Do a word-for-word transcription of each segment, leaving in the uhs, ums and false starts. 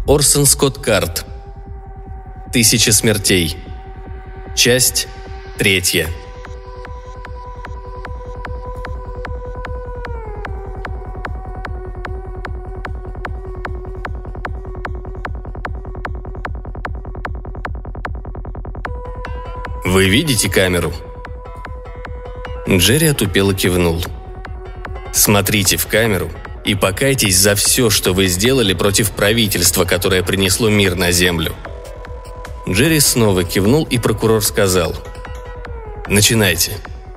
Орсон Скотт Кард. Тысяча смертей. Часть третья. «Вы видите камеру?» Джерри отупело кивнул. «Смотрите в камеру и покайтесь за все, что вы сделали против правительства, которое принесло мир на Землю». Джерри снова кивнул, и прокурор сказал: «Начинайте».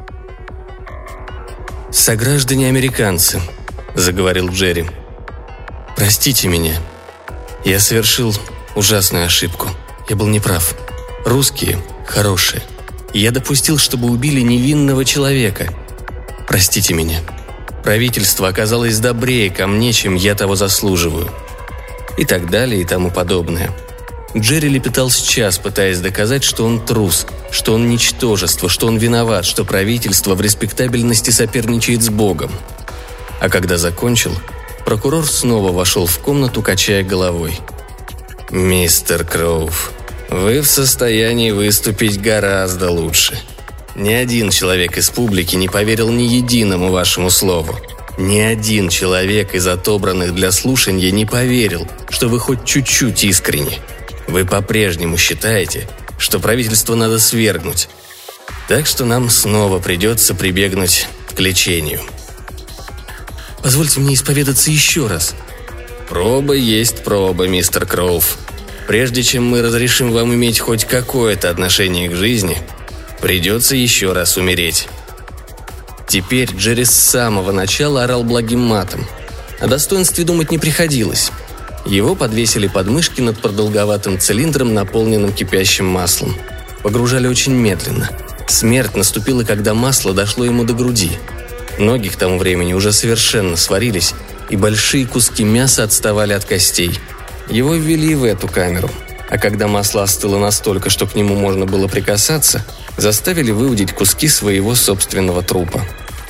«Сограждане-американцы», — заговорил Джерри, — «простите меня. Я совершил ужасную ошибку. Я был неправ. Русские хорошие. Я допустил, чтобы убили невинного человека. Простите меня. Правительство оказалось добрее ко мне, чем я того заслуживаю». И так далее, и тому подобное. Джерри лепетал с час, пытаясь доказать, что он трус, что он ничтожество, что он виноват, что правительство в респектабельности соперничает с Богом. А когда закончил, прокурор снова вошел в комнату, качая головой. «Мистер Кроув, вы в состоянии выступить гораздо лучше. Ни один человек из публики не поверил ни единому вашему слову. Ни один человек из отобранных для слушания не поверил, что вы хоть чуть-чуть искренни. Вы по-прежнему считаете, что правительство надо свергнуть. Так что нам снова придется прибегнуть к лечению». «Позвольте мне исповедаться еще раз». «Проба есть проба, мистер Кроув. Прежде чем мы разрешим вам иметь хоть какое-то отношение к жизни, придется еще раз умереть». Теперь Джерри с самого начала орал благим матом. О достоинстве думать не приходилось. Его подвесили под мышки над продолговатым цилиндром, наполненным кипящим маслом. Погружали очень медленно. Смерть наступила, когда масло дошло ему до груди. Ноги к тому времени уже совершенно сварились, и большие куски мяса отставали от костей. Его ввели в эту камеру, а когда масло остыло настолько, что к нему можно было прикасаться, заставили выудить куски своего собственного трупа.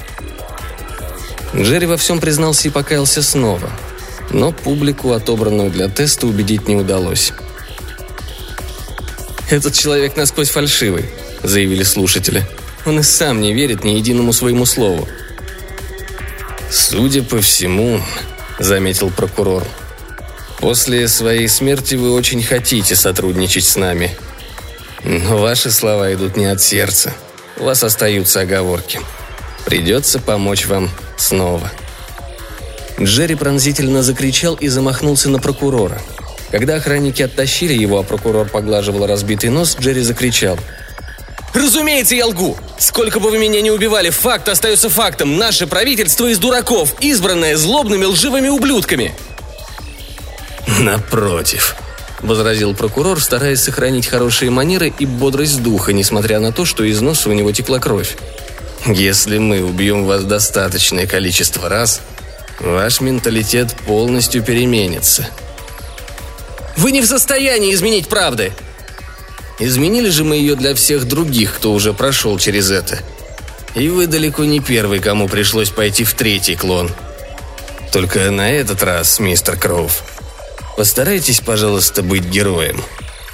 Джерри во всем признался и покаялся снова, но публику, отобранную для теста, убедить не удалось. «Этот человек насквозь фальшивый», — заявили слушатели. «Он и сам не верит ни единому своему слову». «Судя по всему», — заметил прокурор, — «после своей смерти вы очень хотите сотрудничать с нами. Но ваши слова идут не от сердца. У вас остаются оговорки. Придется помочь вам снова». Джерри пронзительно закричал и замахнулся на прокурора. Когда охранники оттащили его, а прокурор поглаживал разбитый нос, Джерри закричал: «Разумеется, я лгу! Сколько бы вы меня ни убивали, факт остается фактом. Наше правительство из дураков, избранное злобными лживыми ублюдками!» «Напротив», — возразил прокурор, стараясь сохранить хорошие манеры и бодрость духа, несмотря на то, что из носа у него текла кровь. «Если мы убьем вас достаточное количество раз, ваш менталитет полностью переменится». «Вы не в состоянии изменить правды!» «Изменили же мы ее для всех других, кто уже прошел через это. И вы далеко не первый, кому пришлось пойти в третий клон. Только на этот раз, мистер Кроув, постарайтесь, пожалуйста, быть героем».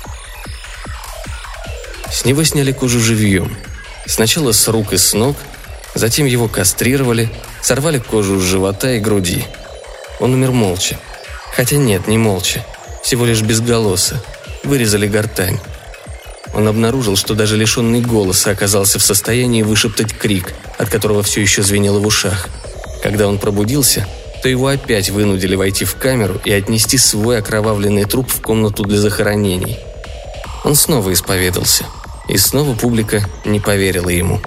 С него сняли кожу живьем. Сначала с рук и с ног, затем его кастрировали, сорвали кожу с живота и груди. Он умер молча. Хотя нет, не молча. Всего лишь безголосо. Вырезали гортань. Он обнаружил, что даже лишенный голоса оказался в состоянии вышептать крик, от которого все еще звенело в ушах. Когда он пробудился, то его опять вынудили войти в камеру и отнести свой окровавленный труп в комнату для захоронений. Он снова исповедался, и снова публика не поверила ему.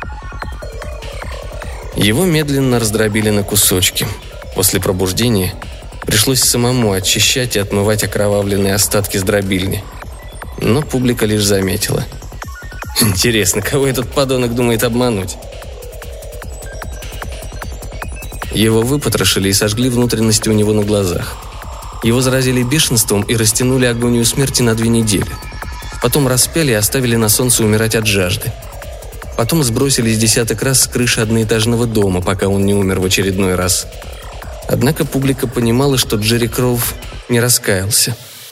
Его медленно раздробили на кусочки. После пробуждения пришлось самому очищать и отмывать окровавленные остатки с дробильни. Но публика лишь заметила: «Интересно, кого этот подонок думает обмануть?» Его выпотрошили и сожгли внутренности у него на глазах. Его заразили бешенством и растянули агонию смерти на две недели. Потом распяли и оставили на солнце умирать от жажды. Потом сбросили с десяток раз с крыши одноэтажного дома, пока он не умер в очередной раз. Однако публика понимала, что Джерри Кроув не раскаялся.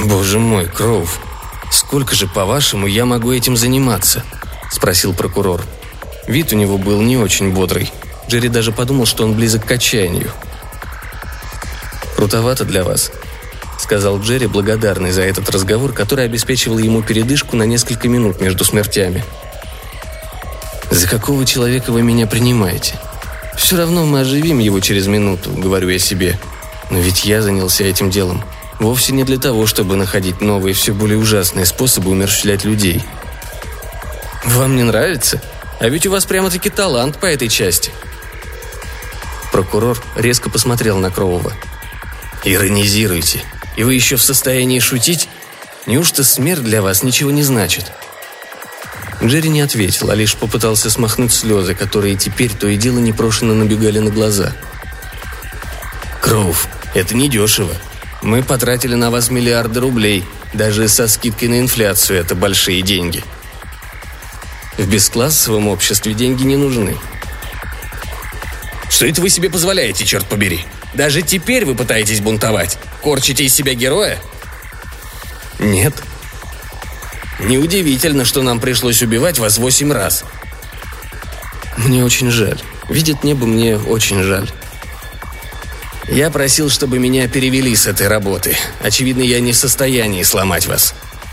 «Боже мой, Кроув, сколько же, по-вашему, я могу этим заниматься?» – спросил прокурор. Вид у него был не очень бодрый. Джерри даже подумал, что он близок к отчаянию. «Крутовато для вас», – сказал Джерри, благодарный за этот разговор, который обеспечивал ему передышку на несколько минут между смертями. «За какого человека вы меня принимаете? Все равно мы оживим его через минуту», – говорю я себе. «Но ведь я занялся этим делом вовсе не для того, чтобы находить новые, все более ужасные способы умерщвлять людей». «Вам не нравится? А ведь у вас прямо-таки талант по этой части». Прокурор резко посмотрел на Кроува. «Иронизируете? И вы еще в состоянии шутить? Неужто смерть для вас ничего не значит?» Джерри не ответил, а лишь попытался смахнуть слезы, которые теперь то и дело непрошено набегали на глаза. «Кроув, это недешево. Мы потратили на вас миллиарды рублей. Даже со скидкой на инфляцию это большие деньги. В бесклассовом обществе деньги не нужны». «Что это вы себе позволяете, черт побери? Даже теперь вы пытаетесь бунтовать? Корчите из себя героя?» «Нет». «Неудивительно, что нам пришлось убивать вас восемь раз». «Мне очень жаль. Видит небо, мне очень жаль». «Я просил, чтобы меня перевели с этой работы. Очевидно, я не в состоянии сломать вас».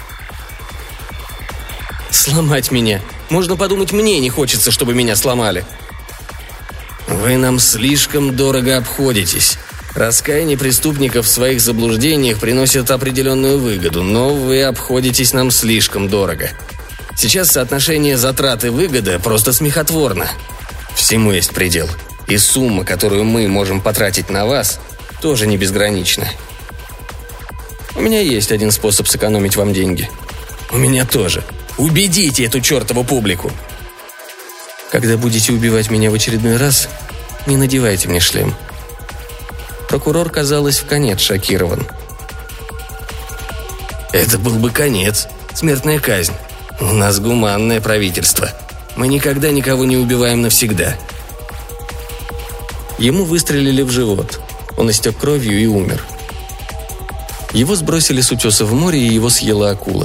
«Сломать меня? Можно подумать, мне не хочется, чтобы меня сломали». «Вы нам слишком дорого обходитесь. Раскаяние преступников в своих заблуждениях приносит определенную выгоду, но вы обходитесь нам слишком дорого. Сейчас соотношение затрат и выгода просто смехотворно. Всему есть предел. И сумма, которую мы можем потратить на вас, тоже не безгранична. У меня есть один способ сэкономить вам деньги». «У меня тоже. Убедите эту чертову публику». «Когда будете убивать меня в очередной раз, не надевайте мне шлем». Прокурор, казалось, вконец шокирован. «Это был бы конец. Смертная казнь. У нас гуманное правительство. Мы никогда никого не убиваем навсегда». Ему выстрелили в живот. Он истек кровью и умер. Его сбросили с утеса в море, и его съела акула.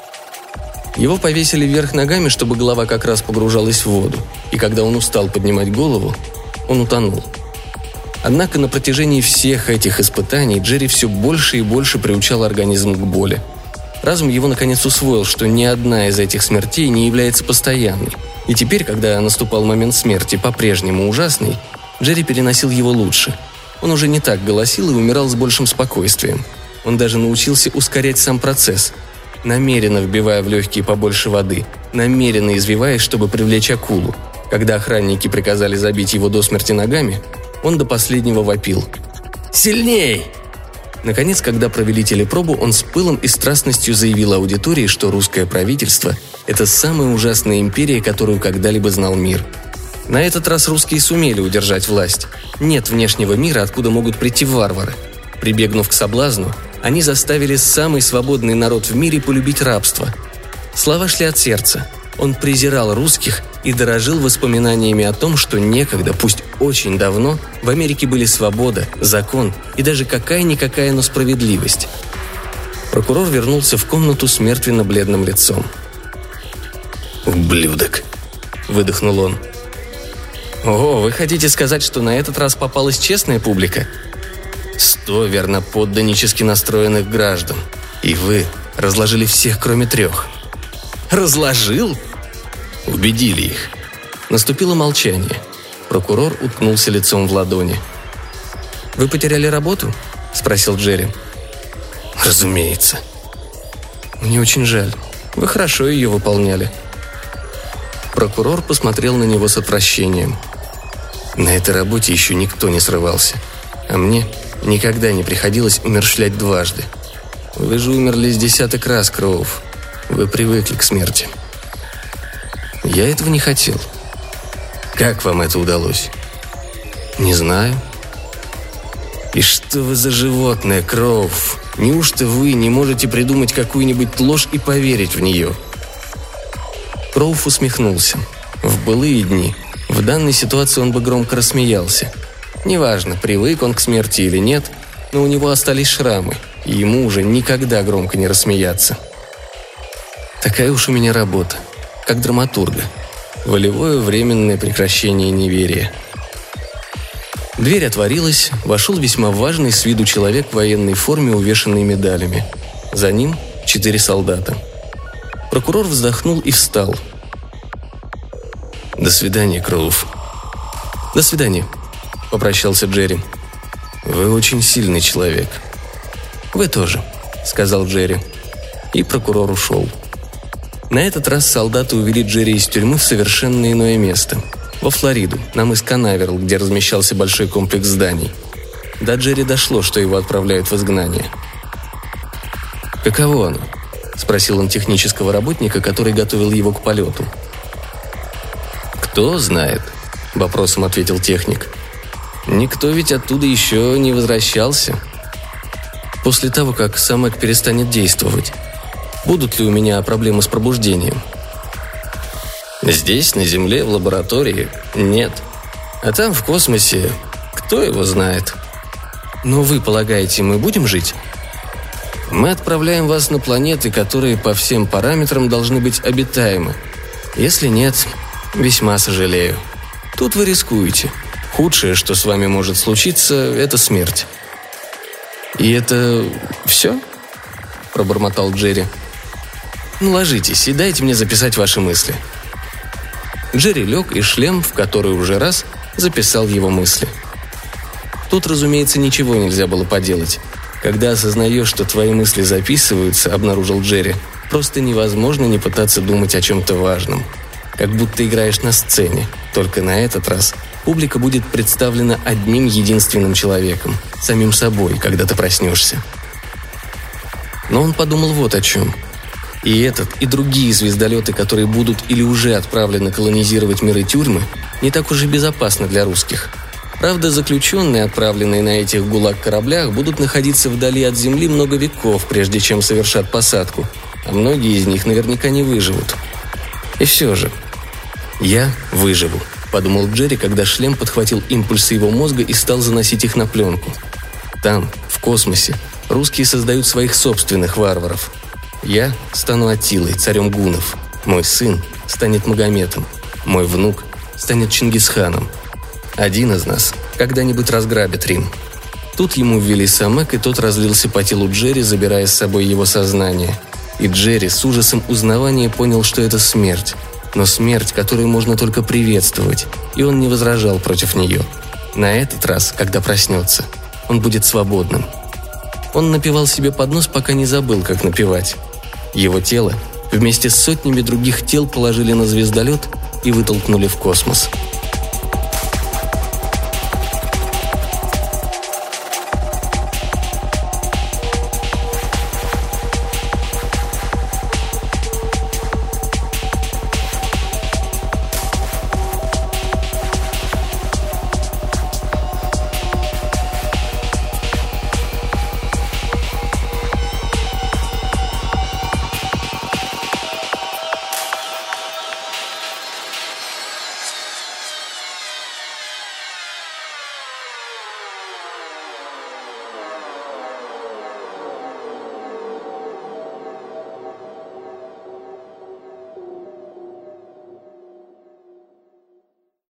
Его повесили вверх ногами, чтобы голова как раз погружалась в воду, и когда он устал поднимать голову, он утонул. Однако на протяжении всех этих испытаний Джерри все больше и больше приучал организм к боли. Разум его наконец усвоил, что ни одна из этих смертей не является постоянной, и теперь, когда наступал момент смерти, по-прежнему ужасный, Джерри переносил его лучше. Он уже не так голосил и умирал с большим спокойствием. Он даже научился ускорять сам процесс, намеренно вбивая в легкие побольше воды, намеренно извиваясь, чтобы привлечь акулу. Когда охранники приказали забить его до смерти ногами, он до последнего вопил: «Сильней!». Наконец, когда провели телепробу, он с пылом и страстностью заявил аудитории, что русское правительство – это самая ужасная империя, которую когда-либо знал мир. На этот раз русские сумели удержать власть. Нет внешнего мира, откуда могут прийти варвары. Прибегнув к соблазну, они заставили самый свободный народ в мире полюбить рабство. Слова шли от сердца. Он презирал русских и дорожил воспоминаниями о том, что некогда, пусть очень давно, в Америке были свобода, закон и даже какая-никакая, но справедливость. Прокурор вернулся в комнату с мертвенно-бледным лицом. «Ублюдок!» – выдохнул он. «О, вы хотите сказать, что на этот раз попалась честная публика?» «Сто верноподданнически настроенных граждан. И вы разложили всех, кроме трех». «Разложил?» «Убедили их». Наступило молчание. Прокурор уткнулся лицом в ладони. «Вы потеряли работу?» – спросил Джерри. «Разумеется». «Мне очень жаль. Вы хорошо ее выполняли». Прокурор посмотрел на него с отвращением. «На этой работе еще никто не срывался. А мне никогда не приходилось умерщвлять дважды. Вы же умерли с десяток раз, Кроув. Вы привыкли к смерти». «Я этого не хотел». «Как вам это удалось?» «Не знаю». «И что вы за животное, Кроув? Неужто вы не можете придумать какую-нибудь ложь и поверить в нее?» Кроув усмехнулся. В былые дни, в данной ситуации он бы громко рассмеялся. Неважно, привык он к смерти или нет, но у него остались шрамы, и ему уже никогда громко не рассмеяться. Такая уж у меня работа, как драматурга. Волевое временное прекращение неверия. Дверь отворилась, вошел весьма важный с виду человек в военной форме, увешанный медалями. За ним четыре солдата. Прокурор вздохнул и встал. «До свидания, Крылов». «До свидания», — попрощался Джерри. «Вы очень сильный человек». «Вы тоже», — сказал Джерри. И прокурор ушел. На этот раз солдаты увели Джерри из тюрьмы в совершенно иное место. Во Флориду, на мыс Канаверал, где размещался большой комплекс зданий. До Джерри дошло, что его отправляют в изгнание. «Каково оно?» – спросил он технического работника, который готовил его к полету. «Кто знает», – вопросом ответил техник. «Никто ведь оттуда еще не возвращался. После того, как Самек перестанет действовать, будут ли у меня проблемы с пробуждением?» «Здесь, на Земле, в лаборатории, нет. А там, в космосе, кто его знает?» «Но вы полагаете, мы будем жить?» «Мы отправляем вас на планеты, которые по всем параметрам должны быть обитаемы. Если нет, весьма сожалею. Тут вы рискуете. Худшее, что с вами может случиться, это смерть». «И это все?» – пробормотал Джерри. «Ну, ложитесь и дайте мне записать ваши мысли». Джерри лег, и шлем, в который уже раз, записал его мысли. Тут, разумеется, ничего нельзя было поделать. Когда осознаешь, что твои мысли записываются, обнаружил Джерри, просто невозможно не пытаться думать о чем-то важном. Как будто играешь на сцене, только на этот раз публика будет представлена одним единственным человеком, самим собой, когда ты проснешься. Но он подумал вот о чем. И этот, и другие звездолеты, которые будут или уже отправлены колонизировать миры тюрьмы, не так уж и безопасны для русских. Правда, заключенные, отправленные на этих гулаг-кораблях, будут находиться вдали от Земли много веков, прежде чем совершат посадку, а многие из них наверняка не выживут. И все же, я выживу, подумал Джерри, когда шлем подхватил импульсы его мозга и стал заносить их на пленку. Там, в космосе, русские создают своих собственных варваров. Я стану Аттилой, царем гуннов. Мой сын станет Магометом. Мой внук станет Чингисханом. Один из нас когда-нибудь разграбит Рим. Тут ему ввели Самек, и тот разлился по телу Джерри, забирая с собой его сознание. И Джерри с ужасом узнавания понял, что это смерть. Но смерть, которую можно только приветствовать, и он не возражал против нее. На этот раз, когда проснется, он будет свободным. Он напевал себе под нос, пока не забыл, как напевать. Его тело вместе с сотнями других тел положили на звездолет и вытолкнули в космос.